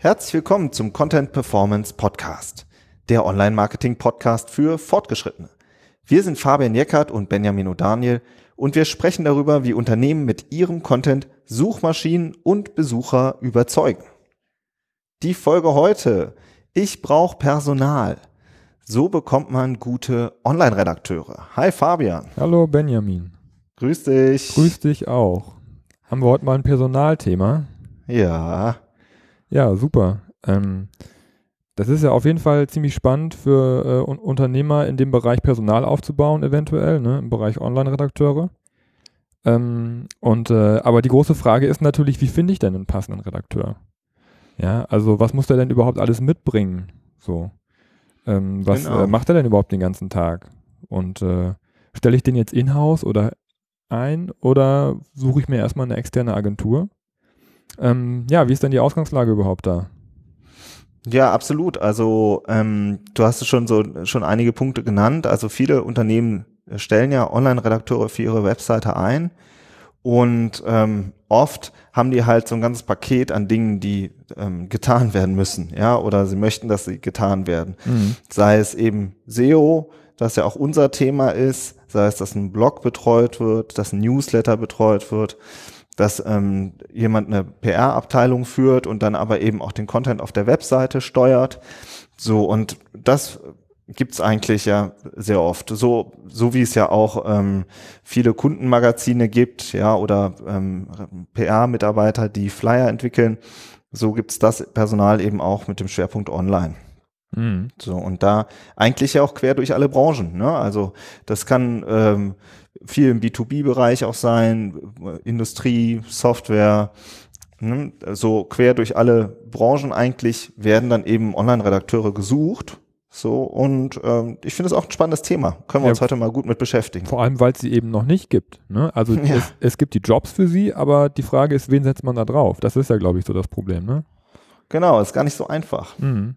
Herzlich willkommen zum Content Performance Podcast, der Online-Marketing-Podcast für Fortgeschrittene. Wir sind Fabian Jeckert und Benjamin O'Daniel und wir sprechen darüber, wie Unternehmen mit ihrem Content Suchmaschinen und Besucher überzeugen. Die Folge heute: Ich brauche Personal. So bekommt man gute Online-Redakteure. Hi Fabian. Hallo Benjamin. Grüß dich. Grüß dich auch. Haben wir heute mal ein Personalthema? Ja. Ja, super. Das ist ja auf jeden Fall ziemlich spannend für Unternehmer in dem Bereich Personal aufzubauen, eventuell, ne, im Bereich Online-Redakteure. Aber die große Frage ist natürlich, wie finde ich denn einen passenden Redakteur? Ja, also was muss der denn überhaupt alles mitbringen? So. Was macht er denn überhaupt den ganzen Tag? Und stelle ich den jetzt in-house oder suche ich mir erstmal eine externe Agentur? Wie ist denn die Ausgangslage überhaupt da? Ja, absolut. Also du hast es schon einige Punkte genannt. Also viele Unternehmen stellen ja Online-Redakteure für ihre Webseite ein und oft haben die halt so ein ganzes Paket an Dingen, die getan werden müssen, ja, oder sie möchten, dass sie getan werden. Sei es eben SEO, das ja auch unser Thema ist, sei es, dass ein Blog betreut wird, dass ein Newsletter betreut wird, dass jemand eine PR-Abteilung führt und dann aber eben auch den Content auf der Webseite steuert. So, und das gibt's eigentlich ja sehr oft. So wie es ja auch viele Kundenmagazine gibt, ja, oder PR-Mitarbeiter, die Flyer entwickeln. So gibt's das Personal eben auch mit dem Schwerpunkt Online. So, und da eigentlich ja auch quer durch alle Branchen, ne? Also das kann viel im B2B-Bereich auch sein, Industrie, Software, ne? So quer durch alle Branchen eigentlich werden dann eben Online-Redakteure gesucht. So, und ich finde es auch ein spannendes Thema. Können wir uns heute mal gut mit beschäftigen. Vor allem, weil es sie eben noch nicht gibt. Ne? Also es gibt die Jobs für sie, aber die Frage ist, wen setzt man da drauf? Das ist ja, glaube ich, so das Problem, ne? Genau, ist gar nicht so einfach.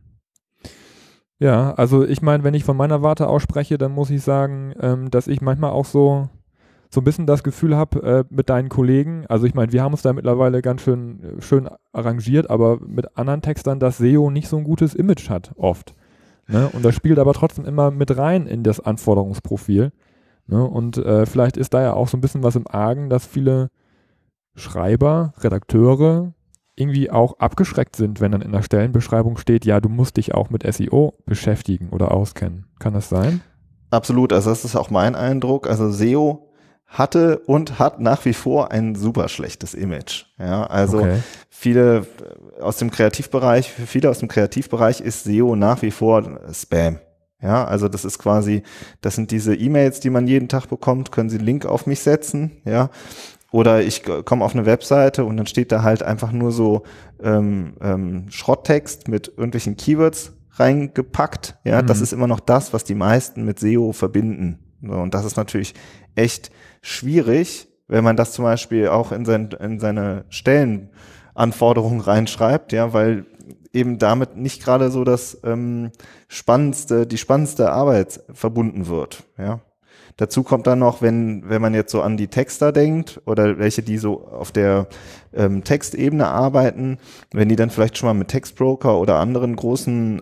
Ja, also ich meine, wenn ich von meiner Warte aus spreche, dann muss ich sagen, dass ich manchmal auch so ein bisschen das Gefühl habe mit deinen Kollegen, also ich meine, wir haben uns da mittlerweile ganz schön arrangiert, aber mit anderen Textern, dass SEO nicht so ein gutes Image hat, oft. Ne? Und das spielt aber trotzdem immer mit rein in das Anforderungsprofil. Ne? Und vielleicht ist da ja auch so ein bisschen was im Argen, dass viele Schreiber, Redakteure irgendwie auch abgeschreckt sind, wenn dann in der Stellenbeschreibung steht, ja, du musst dich auch mit SEO beschäftigen oder auskennen. Kann das sein? Absolut, also das ist auch mein Eindruck. Also SEO hatte und hat nach wie vor ein super schlechtes Image. Ja, also für viele aus dem Kreativbereich ist SEO nach wie vor Spam. Ja, also das sind diese E-Mails, die man jeden Tag bekommt, können Sie einen Link auf mich setzen, ja. Oder ich komme auf eine Webseite und dann steht da halt einfach nur so Schrotttext mit irgendwelchen Keywords reingepackt. Ja, das ist immer noch das, was die meisten mit SEO verbinden. So, und das ist natürlich echt schwierig, wenn man das zum Beispiel auch in seine Stellenanforderungen reinschreibt, ja, weil eben damit nicht gerade so die spannendste Arbeit verbunden wird, ja. Dazu kommt dann noch, wenn man jetzt so an die Texter denkt oder welche, die so auf der Textebene arbeiten, wenn die dann vielleicht schon mal mit Textbroker oder anderen großen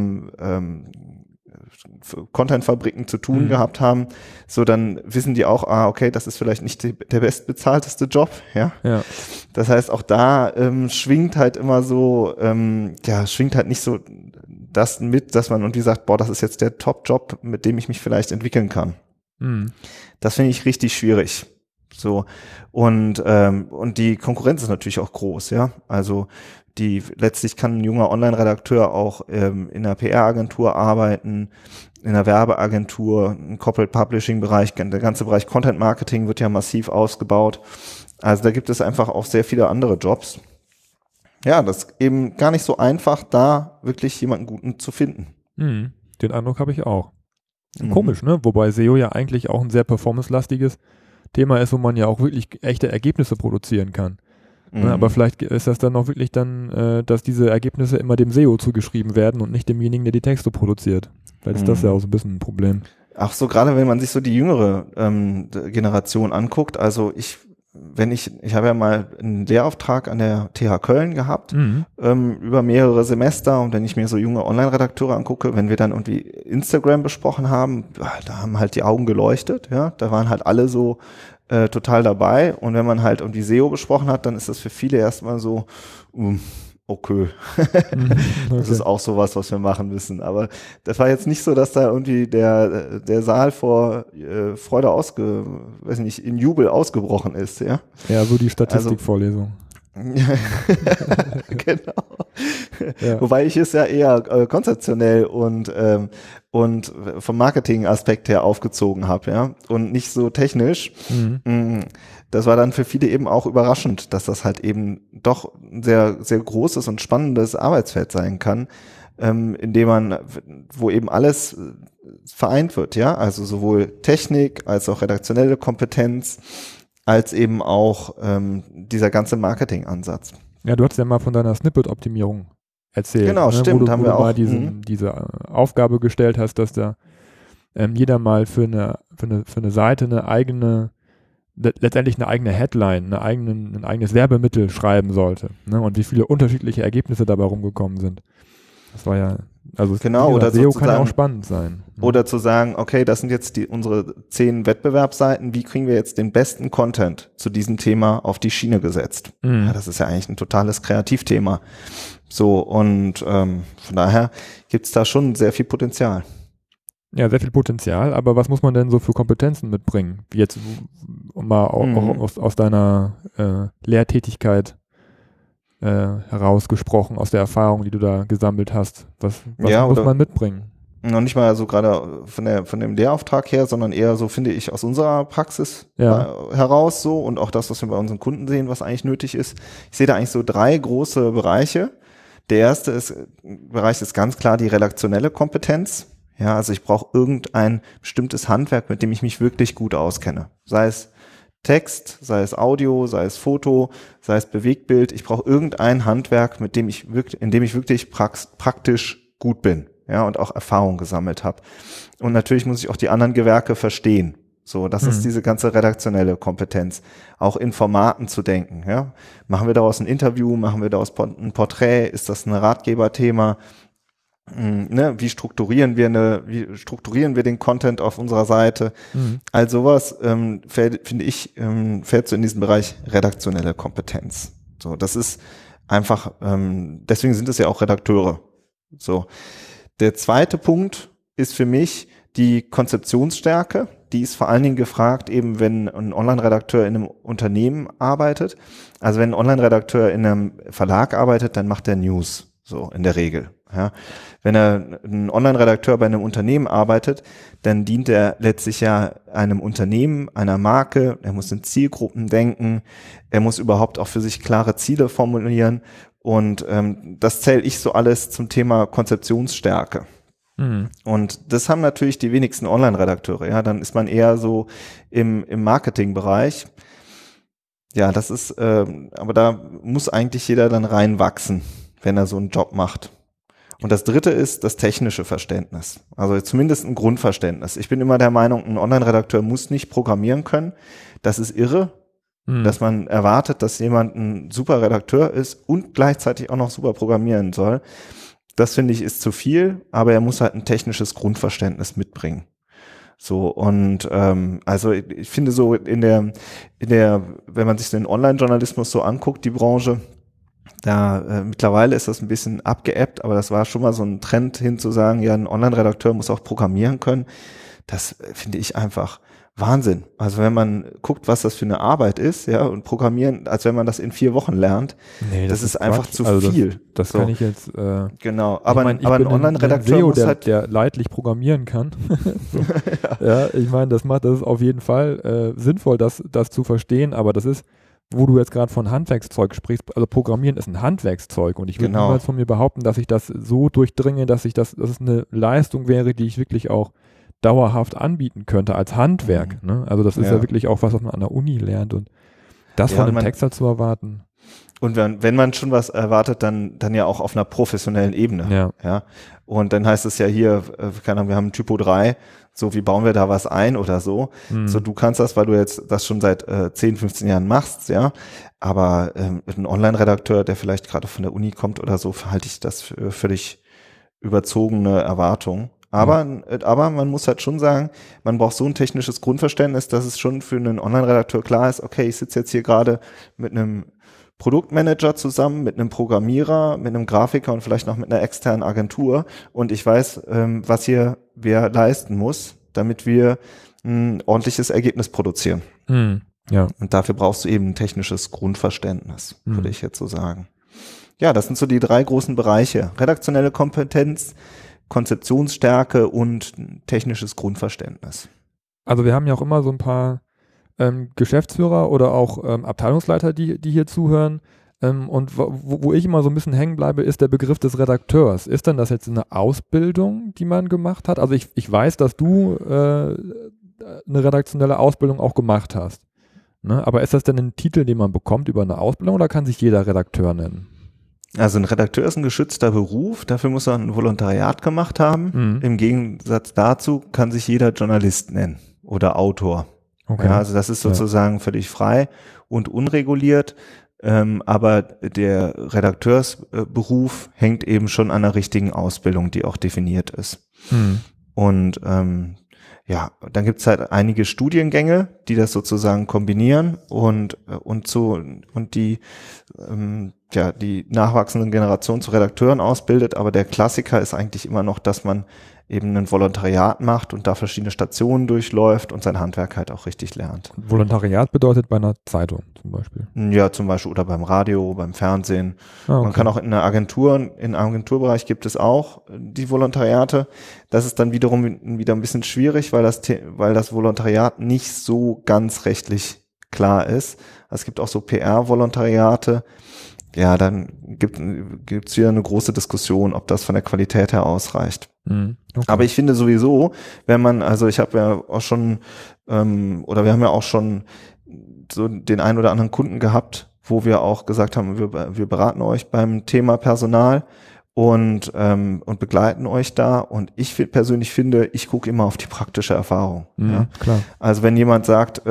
Content-Fabriken zu tun gehabt haben, so dann wissen die auch, okay, das ist vielleicht nicht der bestbezahlteste Job, ja. Das heißt, auch da schwingt halt immer so, schwingt halt nicht so das mit, dass man irgendwie sagt, boah, das ist jetzt der Top-Job, mit dem ich mich vielleicht entwickeln kann. Das finde ich richtig schwierig. So, und die Konkurrenz ist natürlich auch groß, ja. Also letztlich kann ein junger Online-Redakteur auch in einer PR-Agentur arbeiten, in einer Werbeagentur, im Corporate Publishing-Bereich, der ganze Bereich Content-Marketing wird ja massiv ausgebaut. Also da gibt es einfach auch sehr viele andere Jobs. Ja, das ist eben gar nicht so einfach, da wirklich jemanden Guten zu finden. Den Eindruck habe ich auch. Komisch, ne? Wobei SEO ja eigentlich auch ein sehr performance-lastiges Thema ist, wo man ja auch wirklich echte Ergebnisse produzieren kann. Ne? Aber vielleicht ist das dann auch wirklich dass diese Ergebnisse immer dem SEO zugeschrieben werden und nicht demjenigen, der die Texte produziert. Vielleicht ist das ja auch so ein bisschen ein Problem. Ach so, gerade wenn man sich so die jüngere Generation anguckt, also ich ich habe ja mal einen Lehrauftrag an der TH Köln gehabt, über mehrere Semester, und wenn ich mir so junge Online-Redakteure angucke, wenn wir dann irgendwie Instagram besprochen haben, da haben halt die Augen geleuchtet, ja, da waren halt alle so total dabei, und wenn man halt irgendwie SEO besprochen hat, dann ist das für viele erstmal so, okay. Das ist auch sowas, was wir machen müssen. Aber das war jetzt nicht so, dass da irgendwie der Saal vor Freude weiß nicht, in Jubel ausgebrochen ist, ja. Ja, so die Statistikvorlesung. Genau. Ja. Wobei ich es ja eher konzeptionell und vom Marketing-Aspekt her aufgezogen habe, ja, und nicht so technisch. Das war dann für viele eben auch überraschend, dass das halt eben doch ein sehr, sehr großes und spannendes Arbeitsfeld sein kann, wo eben alles vereint wird, ja, also sowohl Technik als auch redaktionelle Kompetenz, als eben auch dieser ganze Marketingansatz. Ja, du hast ja mal von deiner Snippet-Optimierung erzählt. Genau, ne? stimmt, wo du mal diese Aufgabe gestellt hast, dass da jeder mal für eine Seite letztendlich eine eigene Headline, ein eigenes Werbemittel schreiben sollte. Ne? Und wie viele unterschiedliche Ergebnisse dabei rumgekommen sind. Das war ja, also genau, oder SEO kann ja auch spannend sein. Ne? Oder zu sagen, okay, das sind jetzt unsere 10 Wettbewerbsseiten, wie kriegen wir jetzt den besten Content zu diesem Thema auf die Schiene gesetzt? Ja, das ist ja eigentlich ein totales Kreativthema. So, und von daher gibt es da schon sehr viel Potenzial. Ja, sehr viel Potenzial, aber was muss man denn so für Kompetenzen mitbringen? Wie jetzt mal auch aus deiner Lehrtätigkeit herausgesprochen, aus der Erfahrung, die du da gesammelt hast. Was muss man mitbringen? Noch nicht mal so gerade von dem Lehrauftrag her, sondern eher so, finde ich, aus unserer Praxis heraus so, und auch das, was wir bei unseren Kunden sehen, was eigentlich nötig ist. Ich sehe da eigentlich so 3 große Bereiche. Der erste Bereich ist ganz klar die redaktionelle Kompetenz. Ja, also ich brauche irgendein bestimmtes Handwerk, mit dem ich mich wirklich gut auskenne. Sei es Text, sei es Audio, sei es Foto, sei es Bewegtbild. Ich brauche irgendein Handwerk, in dem ich wirklich praktisch gut bin, ja, und auch Erfahrung gesammelt habe. Und natürlich muss ich auch die anderen Gewerke verstehen. So, das ist diese ganze redaktionelle Kompetenz, auch in Formaten zu denken. Ja, machen wir daraus ein Interview, machen wir daraus ein Porträt, ist das ein Ratgeberthema? Ne, wie strukturieren wir den Content auf unserer Seite? All sowas, finde ich, fällt so in diesen Bereich redaktionelle Kompetenz. So, das ist einfach, deswegen sind es ja auch Redakteure. So. Der zweite Punkt ist für mich die Konzeptionsstärke. Die ist vor allen Dingen gefragt, eben wenn ein Online-Redakteur in einem Unternehmen arbeitet. Also wenn ein Online-Redakteur in einem Verlag arbeitet, dann macht er News. So, in der Regel. Ja. Wenn ein Online-Redakteur bei einem Unternehmen arbeitet, dann dient er letztlich ja einem Unternehmen, einer Marke. Er muss in Zielgruppen denken. Er muss überhaupt auch für sich klare Ziele formulieren. Und das zähle ich so alles zum Thema Konzeptionsstärke. Und das haben natürlich die wenigsten Online-Redakteure. Ja, dann ist man eher so im Marketingbereich. Ja, das ist, aber da muss eigentlich jeder dann reinwachsen, wenn er so einen Job macht. Und das dritte ist das technische Verständnis. Also zumindest ein Grundverständnis. Ich bin immer der Meinung, ein Online-Redakteur muss nicht programmieren können. Das ist irre, dass man erwartet, dass jemand ein super Redakteur ist und gleichzeitig auch noch super programmieren soll. Das finde ich ist zu viel, aber er muss halt ein technisches Grundverständnis mitbringen. So, und also ich finde so wenn man sich den Online-Journalismus so anguckt, die Branche, da mittlerweile ist das ein bisschen abgeebbt, aber das war schon mal so ein Trend hin zu sagen, ja, ein Online-Redakteur muss auch programmieren können. Das finde ich einfach Wahnsinn. Also wenn man guckt, was das für eine Arbeit ist, ja, und Programmieren, als wenn man das in 4 Wochen lernt, nee, das ist einfach zu viel. Das so. Kann ich jetzt genau, aber ein Online-Redakteur muss halt der leidlich programmieren kann. So. Ja, ich meine, das ist auf jeden Fall sinnvoll, das zu verstehen, aber das ist, wo du jetzt gerade von Handwerkszeug sprichst, also Programmieren ist ein Handwerkszeug und ich würde niemals von mir behaupten, dass ich das so durchdringe, dass es eine Leistung wäre, die ich wirklich auch dauerhaft anbieten könnte als Handwerk. Ne? Also das ist ja wirklich auch was man an der Uni lernt und das von einem Texter zu erwarten. Und wenn man schon was erwartet, dann ja auch auf einer professionellen Ebene. Ja. Und dann heißt es ja hier, keine Ahnung, wir haben Typo 3, so wie bauen wir da was ein oder so. So, du kannst das, weil du jetzt das schon seit 10, 15 Jahren machst, ja. Aber ein Online-Redakteur, der vielleicht gerade von der Uni kommt oder so, halte ich das für völlig überzogene Erwartung. Aber man muss halt schon sagen, man braucht so ein technisches Grundverständnis, dass es schon für einen Online-Redakteur klar ist, okay, ich sitze jetzt hier gerade mit einem Produktmanager zusammen, mit einem Programmierer, mit einem Grafiker und vielleicht noch mit einer externen Agentur und ich weiß, was hier wer leisten muss, damit wir ein ordentliches Ergebnis produzieren. Ja. Und dafür brauchst du eben ein technisches Grundverständnis, würde ich jetzt so sagen. Ja, das sind so die 3 großen Bereiche. Redaktionelle Kompetenz, Konzeptionsstärke und technisches Grundverständnis. Also wir haben ja auch immer so ein paar Geschäftsführer oder auch Abteilungsleiter, die hier zuhören. Und wo ich immer so ein bisschen hängen bleibe, ist der Begriff des Redakteurs. Ist denn das jetzt eine Ausbildung, die man gemacht hat? Also ich weiß, dass du eine redaktionelle Ausbildung auch gemacht hast. Ne? Aber ist das denn ein Titel, den man bekommt über eine Ausbildung oder kann sich jeder Redakteur nennen? Also ein Redakteur ist ein geschützter Beruf, dafür muss er ein Volontariat gemacht haben. Im Gegensatz dazu kann sich jeder Journalist nennen oder Autor. Okay. Ja, also das ist sozusagen völlig frei und unreguliert, aber der Redakteursberuf hängt eben schon an einer richtigen Ausbildung, die auch definiert ist. Und dann gibt's halt einige Studiengänge, die das sozusagen kombinieren und die die nachwachsenden Generationen zu Redakteuren ausbildet, aber der Klassiker ist eigentlich immer noch, dass man eben ein Volontariat macht und da verschiedene Stationen durchläuft und sein Handwerk halt auch richtig lernt. Volontariat bedeutet bei einer Zeitung zum Beispiel? Ja, zum Beispiel oder beim Radio, beim Fernsehen. Okay. Man kann auch in einer Agentur, im Agenturbereich gibt es auch die Volontariate. Das ist dann wiederum wieder ein bisschen schwierig, weil das Volontariat nicht so ganz rechtlich klar ist. Es gibt auch so PR-Volontariate. Ja, dann gibt's wieder eine große Diskussion, ob das von der Qualität her ausreicht. Okay. Aber ich finde sowieso, ich habe ja auch schon, wir haben ja auch schon so den einen oder anderen Kunden gehabt, wo wir auch gesagt haben, wir beraten euch beim Thema Personal und begleiten euch da. Und ich persönlich finde, ich gucke immer auf die praktische Erfahrung. Ja. Klar. Also wenn jemand sagt,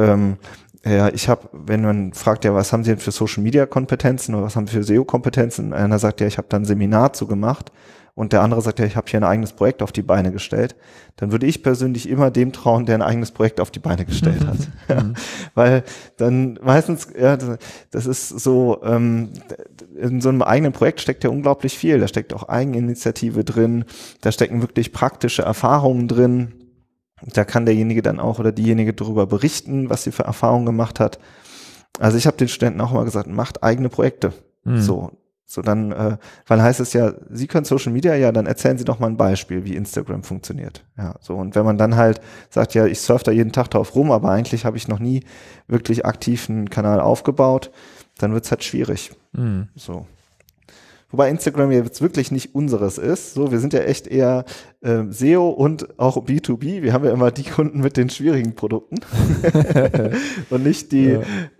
wenn man fragt, ja, was haben Sie denn für Social Media Kompetenzen oder was haben Sie für SEO Kompetenzen? Einer sagt, ja, ich habe da ein Seminar zu gemacht und der andere sagt, ja, ich habe hier ein eigenes Projekt auf die Beine gestellt, dann würde ich persönlich immer dem trauen, der ein eigenes Projekt auf die Beine gestellt hat. Ja, weil dann meistens, das ist so, in so einem eigenen Projekt steckt ja unglaublich viel. Da steckt auch Eigeninitiative drin, da stecken wirklich praktische Erfahrungen drin. Da kann derjenige dann auch oder diejenige darüber berichten, was sie für Erfahrungen gemacht hat. Also ich habe den Studenten auch immer gesagt, macht eigene Projekte. So dann, weil heißt es ja, Sie können Social Media, ja, dann erzählen Sie doch mal ein Beispiel, wie Instagram funktioniert. Ja, so. Und wenn man dann halt sagt, ja, ich surfe da jeden Tag drauf rum, aber eigentlich habe ich noch nie wirklich aktiv einen Kanal aufgebaut, dann wird's halt schwierig. So. Wobei Instagram jetzt wirklich nicht unseres ist. So, wir sind ja echt eher SEO und auch B2B. Wir haben ja immer die Kunden mit den schwierigen Produkten und nicht die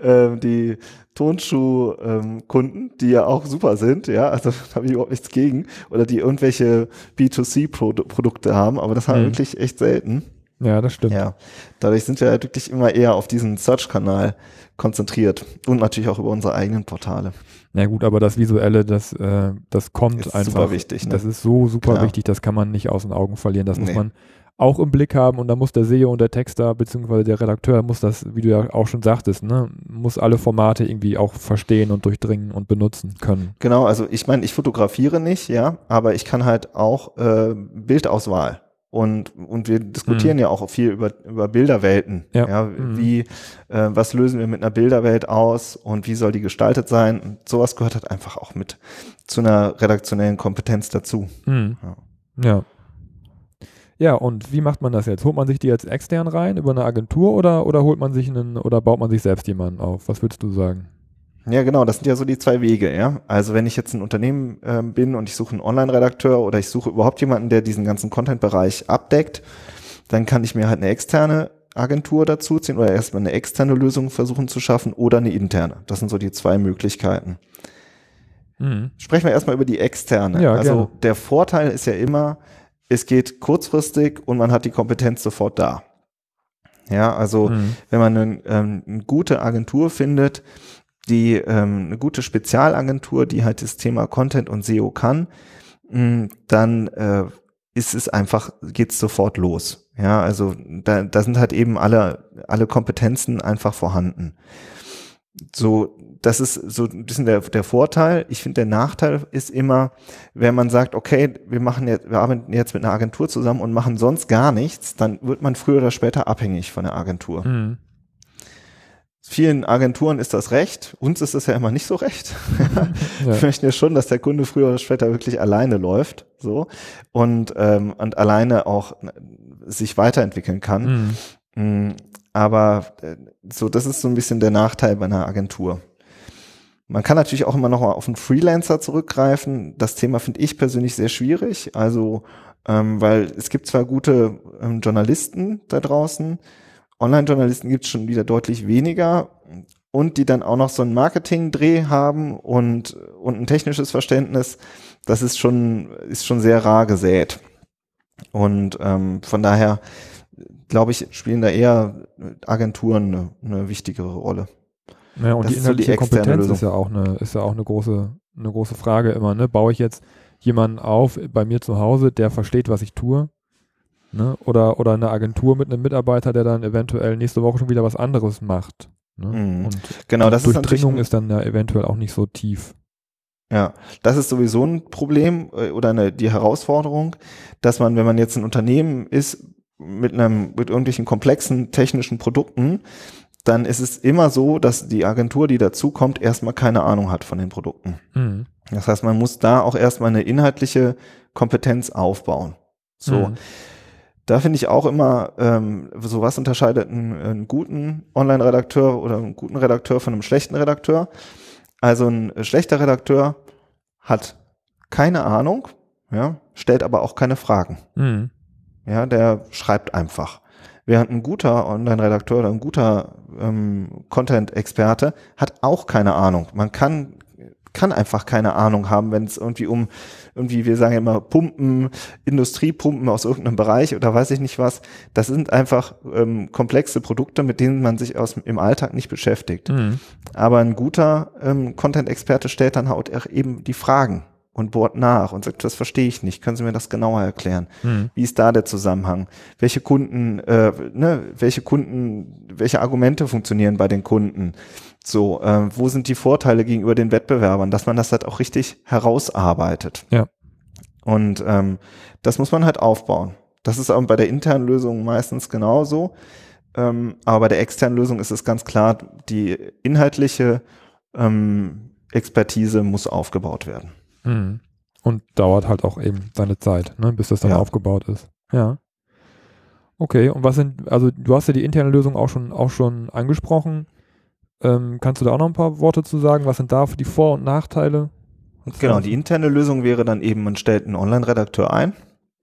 Tonschuh-Kunden, die ja auch super sind. Ja, also da habe ich überhaupt nichts gegen. Oder die irgendwelche B2C-Produkte haben, aber das haben wir wirklich echt selten. Ja, das stimmt. Ja, dadurch sind wir ja wirklich immer eher auf diesen Search-Kanal konzentriert und natürlich auch über unsere eigenen Portale. Ja gut, aber das Visuelle, das kommt ist einfach. Super wichtig. Ne? Das ist so super Klar. wichtig, das kann man nicht aus den Augen verlieren. Das muss man auch im Blick haben und da muss der SEO und der Texter beziehungsweise der Redakteur muss das, wie du ja auch schon sagtest, ne, muss alle Formate irgendwie auch verstehen und durchdringen und benutzen können. Genau, also ich meine, ich fotografiere nicht, ja, aber ich kann halt auch Bildauswahl. Und wir diskutieren ja auch viel über Bilderwelten. Ja, was lösen wir mit einer Bilderwelt aus und wie soll die gestaltet sein? Und sowas gehört halt einfach auch mit zu einer redaktionellen Kompetenz dazu. Ja. Ja, und wie macht man das jetzt? Holt man sich die jetzt extern rein über eine Agentur oder holt man sich oder baut man sich selbst jemanden auf? Was würdest du sagen? Ja, genau, das sind ja so die 2 Wege, ja. Also wenn ich jetzt ein Unternehmen bin und ich suche einen Online-Redakteur oder ich suche überhaupt jemanden, der diesen ganzen Content-Bereich abdeckt, dann kann ich mir halt eine externe Agentur dazuziehen oder erstmal eine externe Lösung versuchen zu schaffen oder eine interne. Das sind so die zwei Möglichkeiten. Sprechen wir erstmal über die externe. Ja, also gerne. der Vorteil ist ja immer, es geht kurzfristig und man hat die Kompetenz sofort da. Ja, also wenn man eine gute Agentur findet, die eine gute Spezialagentur, die halt das Thema Content und SEO kann, dann ist es einfach, geht's sofort los. Ja, also da sind halt eben alle Kompetenzen einfach vorhanden. So, das ist so ein bisschen der Vorteil. Ich finde, der Nachteil ist immer, wenn man sagt, okay, wir arbeiten jetzt mit einer Agentur zusammen und machen sonst gar nichts, dann wird man früher oder später abhängig von der Agentur. Vielen Agenturen ist das recht, uns ist das ja immer nicht so recht. Wir möchten ja schon, dass der Kunde früher oder später wirklich alleine läuft, so, und alleine auch sich weiterentwickeln kann. Aber so, das ist so ein bisschen der Nachteil bei einer Agentur. Man kann natürlich auch immer noch mal auf einen Freelancer zurückgreifen. Das Thema finde ich persönlich sehr schwierig. Also, weil es gibt zwar gute Journalisten da draußen, Online-Journalisten gibt es schon wieder deutlich weniger und die dann auch noch so einen Marketing-Dreh haben und ein technisches Verständnis, das ist schon sehr rar gesät. Und von daher glaube ich, spielen da eher Agenturen eine wichtigere Rolle. Ja, und Das die ist so die inhaltliche externe Kompetenz Lösung. ist ja auch eine große Frage immer, ne? Baue ich jetzt jemanden auf bei mir zu Hause, der versteht, was ich tue? Ne? Oder eine Agentur mit einem Mitarbeiter, der dann eventuell nächste Woche schon wieder was anderes macht. Ne? Und genau, das die Durchdringung ist dann ja eventuell auch nicht so tief. Ja, das ist sowieso ein Problem oder die Herausforderung, dass man, wenn man jetzt ein Unternehmen ist mit irgendwelchen komplexen technischen Produkten, dann ist es immer so, dass die Agentur, die dazukommt, erstmal keine Ahnung hat von den Produkten. Das heißt, man muss da auch erstmal eine inhaltliche Kompetenz aufbauen. So. Da finde ich auch immer, so was unterscheidet einen guten Online-Redakteur oder einen guten Redakteur von einem schlechten Redakteur. Also ein schlechter Redakteur hat keine Ahnung, ja, stellt aber auch keine Fragen. Ja, der schreibt einfach. Während ein guter Online-Redakteur oder ein guter Content-Experte hat auch keine Ahnung. Man kann einfach keine Ahnung haben, wenn es irgendwie, wir sagen ja immer Pumpen, Industriepumpen aus irgendeinem Bereich oder weiß ich nicht was. Das sind einfach komplexe Produkte, mit denen man sich im Alltag nicht beschäftigt. Aber ein guter Content-Experte stellt dann halt auch eben die Fragen und bohrt nach und sagt, das verstehe ich nicht, können Sie mir das genauer erklären? Wie ist da der Zusammenhang? Welche Argumente funktionieren bei den Kunden? So, wo sind die Vorteile gegenüber den Wettbewerbern, dass man das halt auch richtig herausarbeitet. Ja. Und das muss man halt aufbauen. Das ist auch bei der internen Lösung meistens genauso. Aber bei der externen Lösung ist es ganz klar, die inhaltliche Expertise muss aufgebaut werden. Und dauert halt auch eben seine Zeit, ne, bis das dann aufgebaut ist. Ja. Okay, und also du hast ja die interne Lösung auch schon angesprochen. Kannst du da auch noch ein paar Worte zu sagen? Was sind da für die Vor- und Nachteile? Genau, die interne Lösung wäre dann eben, man stellt einen Online-Redakteur ein.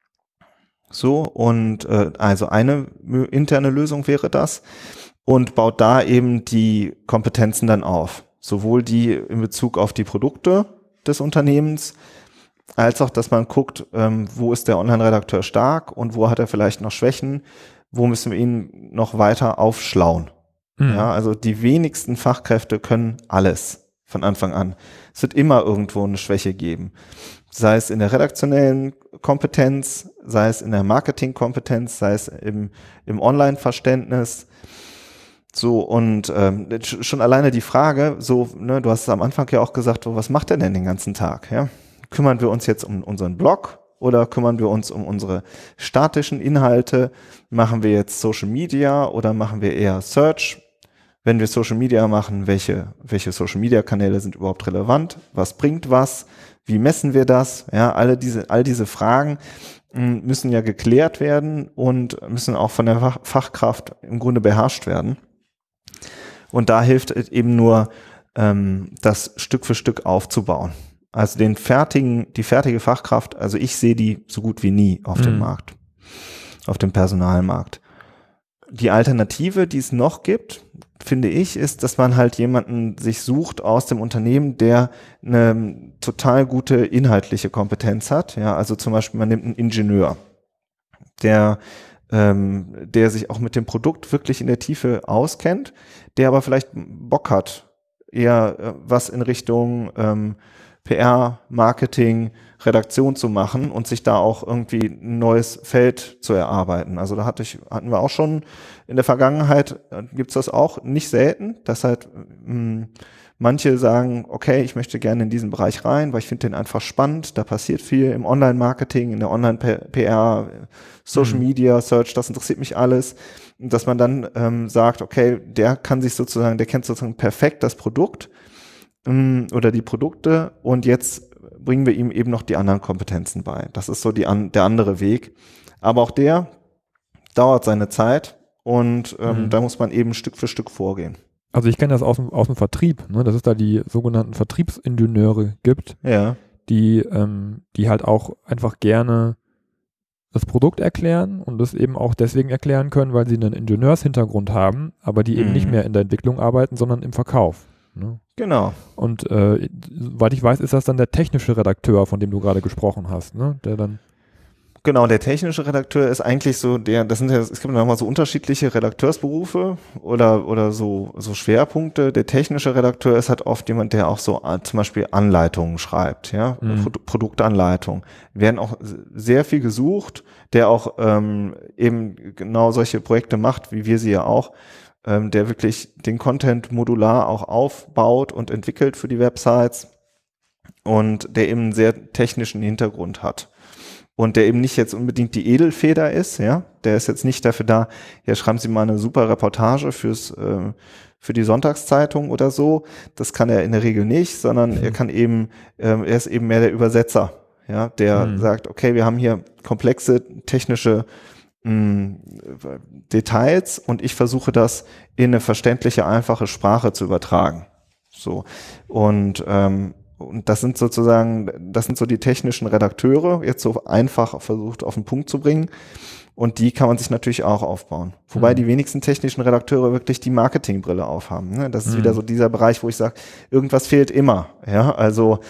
So, und also eine interne Lösung wäre das und baut da eben die Kompetenzen dann auf. Sowohl die in Bezug auf die Produkte des Unternehmens, als auch, dass man guckt, wo ist der Online-Redakteur stark und wo hat er vielleicht noch Schwächen, wo müssen wir ihn noch weiter aufschlauen. Ja, also die wenigsten Fachkräfte können alles von Anfang an. Es wird immer irgendwo eine Schwäche geben. Sei es in der redaktionellen Kompetenz, sei es in der Marketingkompetenz, sei es im Online-Verständnis. So, und schon alleine die Frage, so, ne, du hast es am Anfang ja auch gesagt, was macht er denn den ganzen Tag? Ja? Kümmern wir uns jetzt um unseren Blog oder kümmern wir uns um unsere statischen Inhalte? Machen wir jetzt Social Media oder machen wir eher Search? Wenn wir Social Media machen, welche Social Media Kanäle sind überhaupt relevant? Was bringt was? Wie messen wir das? Ja, all diese Fragen müssen ja geklärt werden und müssen auch von der Fachkraft im Grunde beherrscht werden. Und da hilft eben nur, das Stück für Stück aufzubauen. Also die fertige Fachkraft, also ich sehe die so gut wie nie auf dem Markt, auf dem Personalmarkt. Die Alternative, die es noch gibt, finde ich, ist, dass man halt jemanden sich sucht aus dem Unternehmen, der eine total gute inhaltliche Kompetenz hat. Ja, also zum Beispiel, man nimmt einen Ingenieur, der sich auch mit dem Produkt wirklich in der Tiefe auskennt, der aber vielleicht Bock hat, eher was in Richtung PR, Marketing, Redaktion zu machen und sich da auch irgendwie ein neues Feld zu erarbeiten. Also da hatten wir auch schon in der Vergangenheit, gibt's das auch nicht selten, dass halt manche sagen, okay, ich möchte gerne in diesen Bereich rein, weil ich finde den einfach spannend, da passiert viel im Online-Marketing, in der Online-PR, Social Media, Search, das interessiert mich alles. Und dass man dann sagt, okay, der kennt sozusagen perfekt das Produkt oder die Produkte und jetzt bringen wir ihm eben noch die anderen Kompetenzen bei. Das ist so der andere Weg. Aber auch der dauert seine Zeit und da muss man eben Stück für Stück vorgehen. Also ich kenne das aus dem Vertrieb, ne, dass es da die sogenannten Vertriebsingenieure gibt, Ja. die halt auch einfach gerne das Produkt erklären und das eben auch deswegen erklären können, weil sie einen Ingenieurshintergrund haben, aber die eben nicht mehr in der Entwicklung arbeiten, sondern im Verkauf. Ne? Genau. Und soweit ich weiß, ist das dann der technische Redakteur, von dem du gerade gesprochen hast, ne? Der dann Genau, der technische Redakteur ist eigentlich so es gibt nochmal so unterschiedliche Redakteursberufe oder so Schwerpunkte. Der technische Redakteur ist halt oft jemand, der auch so zum Beispiel Anleitungen schreibt, ja, Produktanleitungen. Werden auch sehr viel gesucht, der auch eben genau solche Projekte macht, wie wir sie ja auch, der wirklich den Content modular auch aufbaut und entwickelt für die Websites und der eben einen sehr technischen Hintergrund hat. Und der eben nicht jetzt unbedingt die Edelfeder ist, ja, der ist jetzt nicht dafür da, ja, schreiben Sie mal eine super Reportage für die Sonntagszeitung oder so. Das kann er in der Regel nicht, sondern er ist eben mehr der Übersetzer, ja, der sagt, okay, wir haben hier komplexe technische Details und ich versuche das in eine verständliche, einfache Sprache zu übertragen. So. Und das sind so die technischen Redakteure, jetzt so einfach versucht auf den Punkt zu bringen. Und die kann man sich natürlich auch aufbauen. Wobei die wenigsten technischen Redakteure wirklich die Marketingbrille aufhaben. Ne? Das ist wieder so dieser Bereich, wo ich sage, irgendwas fehlt immer. Ja, also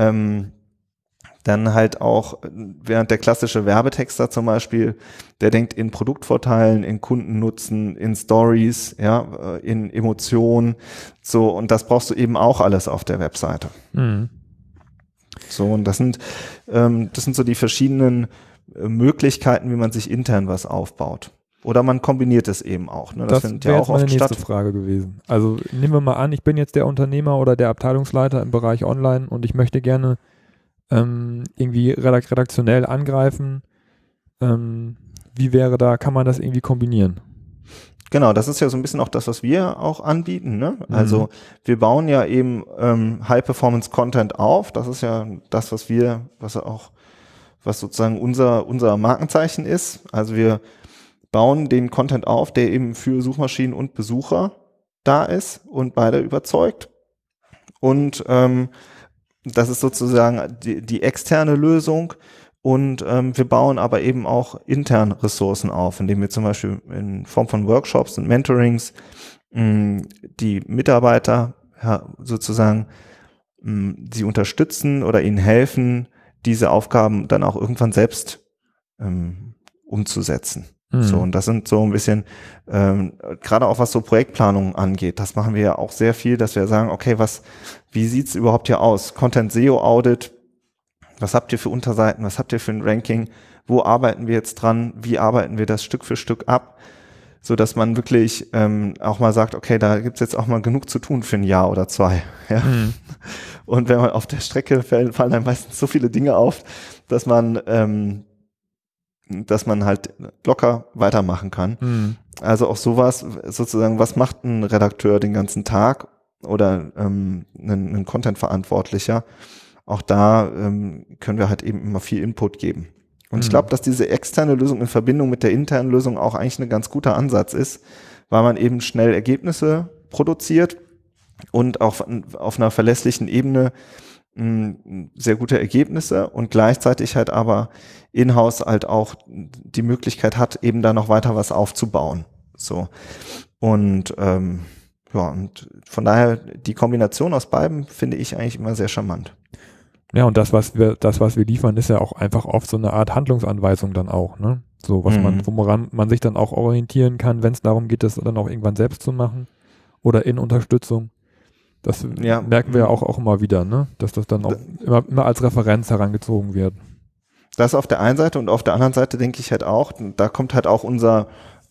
dann halt auch, während der klassische Werbetexter zum Beispiel, der denkt in Produktvorteilen, in Kundennutzen, in Stories, ja, in Emotionen, so, und das brauchst du eben auch alles auf der Webseite. So, und das sind so die verschiedenen Möglichkeiten, wie man sich intern was aufbaut. Oder man kombiniert es eben auch. Ne? Das findet ja auch oft statt. Das wäre meine nächste Frage gewesen. Also nehmen wir mal an, ich bin jetzt der Unternehmer oder der Abteilungsleiter im Bereich Online und ich möchte gerne irgendwie redaktionell angreifen. Wie kann man das irgendwie kombinieren? Genau, das ist ja so ein bisschen auch das, was wir auch anbieten. Ne? Also wir bauen ja eben High-Performance-Content auf. Das ist ja das, was sozusagen unser Markenzeichen ist. Also wir bauen den Content auf, der eben für Suchmaschinen und Besucher da ist und beide überzeugt. Und das ist sozusagen die externe Lösung. Und wir bauen aber eben auch intern Ressourcen auf, indem wir zum Beispiel in Form von Workshops und Mentorings die Mitarbeiter sozusagen sie unterstützen oder ihnen helfen, diese Aufgaben dann auch irgendwann selbst umzusetzen. So, und das sind so ein bisschen, gerade auch was so Projektplanung angeht, das machen wir ja auch sehr viel, dass wir sagen, okay, wie sieht's überhaupt hier aus? Content SEO Audit, was habt ihr für Unterseiten, was habt ihr für ein Ranking, wo arbeiten wir jetzt dran, wie arbeiten wir das Stück für Stück ab, so dass man wirklich auch mal sagt, okay, da gibt's jetzt auch mal genug zu tun für ein Jahr oder zwei. Ja? Und wenn man auf der Strecke fallen einem meistens so viele Dinge auf, dass man halt locker weitermachen kann. Also auch sowas, sozusagen, was macht ein Redakteur den ganzen Tag oder ein Content-Verantwortlicher? Auch da können wir halt eben immer viel Input geben. Und ich glaube, dass diese externe Lösung in Verbindung mit der internen Lösung auch eigentlich ein ganz guter Ansatz ist, weil man eben schnell Ergebnisse produziert und auch auf einer verlässlichen Ebene sehr gute Ergebnisse und gleichzeitig halt aber in-house halt auch die Möglichkeit hat, eben da noch weiter was aufzubauen. So. Und ja, und von daher die Kombination aus beiden finde ich eigentlich immer sehr charmant. Ja, und das, was wir liefern, ist ja auch einfach oft so eine Art Handlungsanweisung dann auch, ne? So, woran man sich dann auch orientieren kann, wenn es darum geht, das dann auch irgendwann selbst zu machen oder in Unterstützung. Das merken wir ja auch immer wieder, ne? Dass das dann auch immer als Referenz herangezogen wird. Das auf der einen Seite, und auf der anderen Seite denke ich halt auch, da kommt halt auch unser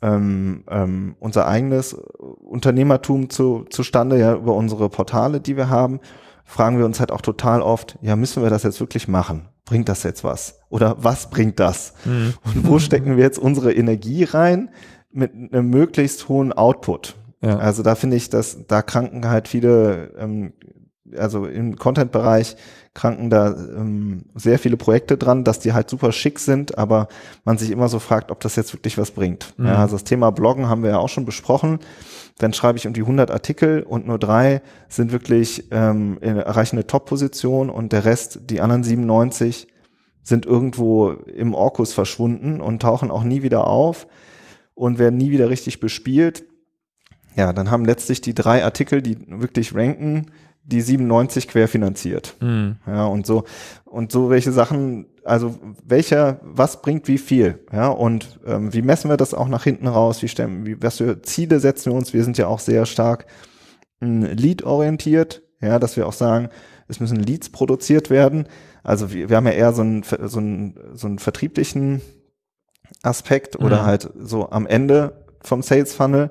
eigenes Unternehmertum zustande, ja, über unsere Portale, die wir haben, fragen wir uns halt auch total oft, ja, müssen wir das jetzt wirklich machen? Bringt das jetzt was? Oder was bringt das? Und wo stecken wir jetzt unsere Energie rein mit einem möglichst hohen Output? Ja. Also da finde ich, dass da kranken halt viele, also im Content-Bereich kranken da sehr viele Projekte dran, dass die halt super schick sind, aber man sich immer so fragt, ob das jetzt wirklich was bringt. Ja, also das Thema Bloggen haben wir ja auch schon besprochen. Dann schreibe ich um die 100 Artikel und nur 3 sind wirklich erreichen eine Top-Position und der Rest, die anderen 97, sind irgendwo im Orkus verschwunden und tauchen auch nie wieder auf und werden nie wieder richtig bespielt. Ja, dann haben letztlich die 3 Artikel, die wirklich ranken, die 97 querfinanziert. Ja, und so welche Sachen, also was bringt wie viel? Ja, und wie messen wir das auch nach hinten raus? Was für Ziele setzen wir uns? Wir sind ja auch sehr stark Lead-orientiert, ja, dass wir auch sagen, es müssen Leads produziert werden. Also wir haben ja eher so einen vertrieblichen Aspekt oder halt so am Ende vom Sales Funnel.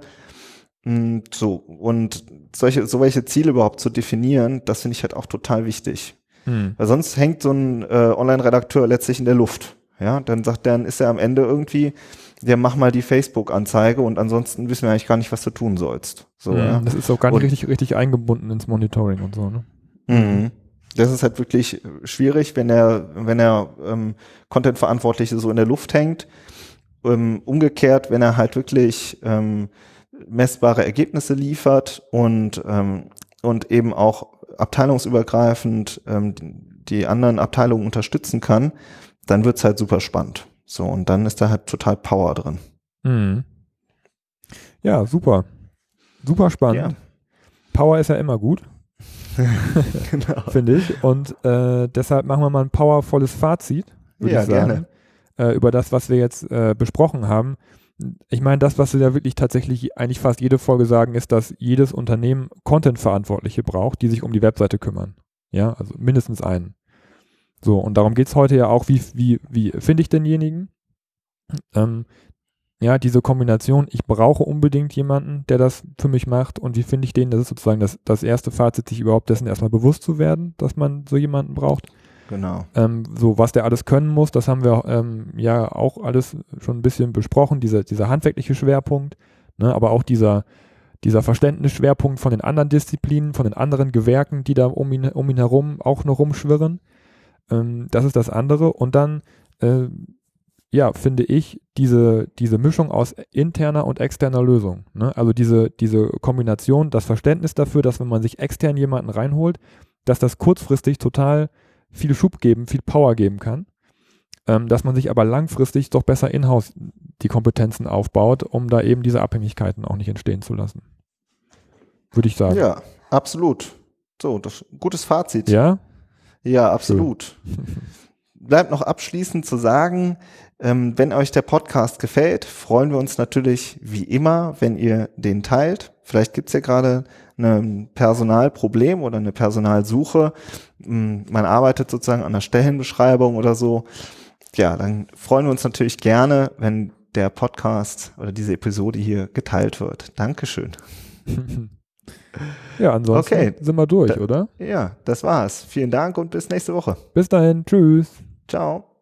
So, und welche Ziele überhaupt zu definieren, das finde ich halt auch total wichtig. Weil sonst hängt so ein Online-Redakteur letztlich in der Luft. Ja, dann ist er am Ende irgendwie, ja, mach mal die Facebook-Anzeige und ansonsten wissen wir eigentlich gar nicht, was du tun sollst. So, ja. Das ist auch gar nicht richtig eingebunden ins Monitoring und so, ne? Das ist halt wirklich schwierig, wenn er Content-Verantwortliche so in der Luft hängt. Umgekehrt, wenn er halt wirklich messbare Ergebnisse liefert und eben auch abteilungsübergreifend die anderen Abteilungen unterstützen kann, dann wird's halt super spannend. So, und dann ist da halt total Power drin. Ja, super. Super spannend. Ja. Power ist ja immer gut. Genau. Finde ich. Und deshalb machen wir mal ein powervolles Fazit, würde ich sagen. Gerne. Über das, was wir jetzt besprochen haben. Ich meine, das, was wir ja wirklich tatsächlich eigentlich fast jede Folge sagen, ist, dass jedes Unternehmen Content-Verantwortliche braucht, die sich um die Webseite kümmern. Ja, also mindestens einen. So, und darum geht es heute ja auch, wie finde ich denjenigen? Ja, diese Kombination, ich brauche unbedingt jemanden, der das für mich macht, und wie finde ich den? Das ist sozusagen das erste Fazit, sich überhaupt dessen erstmal bewusst zu werden, dass man so jemanden braucht. Genau. So, was der alles können muss, das haben wir ja auch alles schon ein bisschen besprochen, dieser handwerkliche Schwerpunkt, ne, aber auch dieser Verständnisschwerpunkt von den anderen Disziplinen, von den anderen Gewerken, die da um ihn herum auch noch rumschwirren. Das ist das andere. Und dann, ja, finde ich, diese Mischung aus interner und externer Lösung, ne? Also diese Kombination, das Verständnis dafür, dass wenn man sich extern jemanden reinholt, dass das kurzfristig total viel Schub geben, viel Power geben kann, dass man sich aber langfristig doch besser in-house die Kompetenzen aufbaut, um da eben diese Abhängigkeiten auch nicht entstehen zu lassen. Würde ich sagen. Ja, absolut. So, das ist ein gutes Fazit. Ja? Ja, absolut. Bleibt noch abschließend zu sagen, wenn euch der Podcast gefällt, freuen wir uns natürlich wie immer, wenn ihr den teilt. Vielleicht gibt's ja gerade ein Personalproblem oder eine Personalsuche. Man arbeitet sozusagen an der Stellenbeschreibung oder so. Ja, dann freuen wir uns natürlich gerne, wenn der Podcast oder diese Episode hier geteilt wird. Dankeschön. Ja, ansonsten sind wir durch, oder? Ja, das war's. Vielen Dank und bis nächste Woche. Bis dahin. Tschüss. Ciao.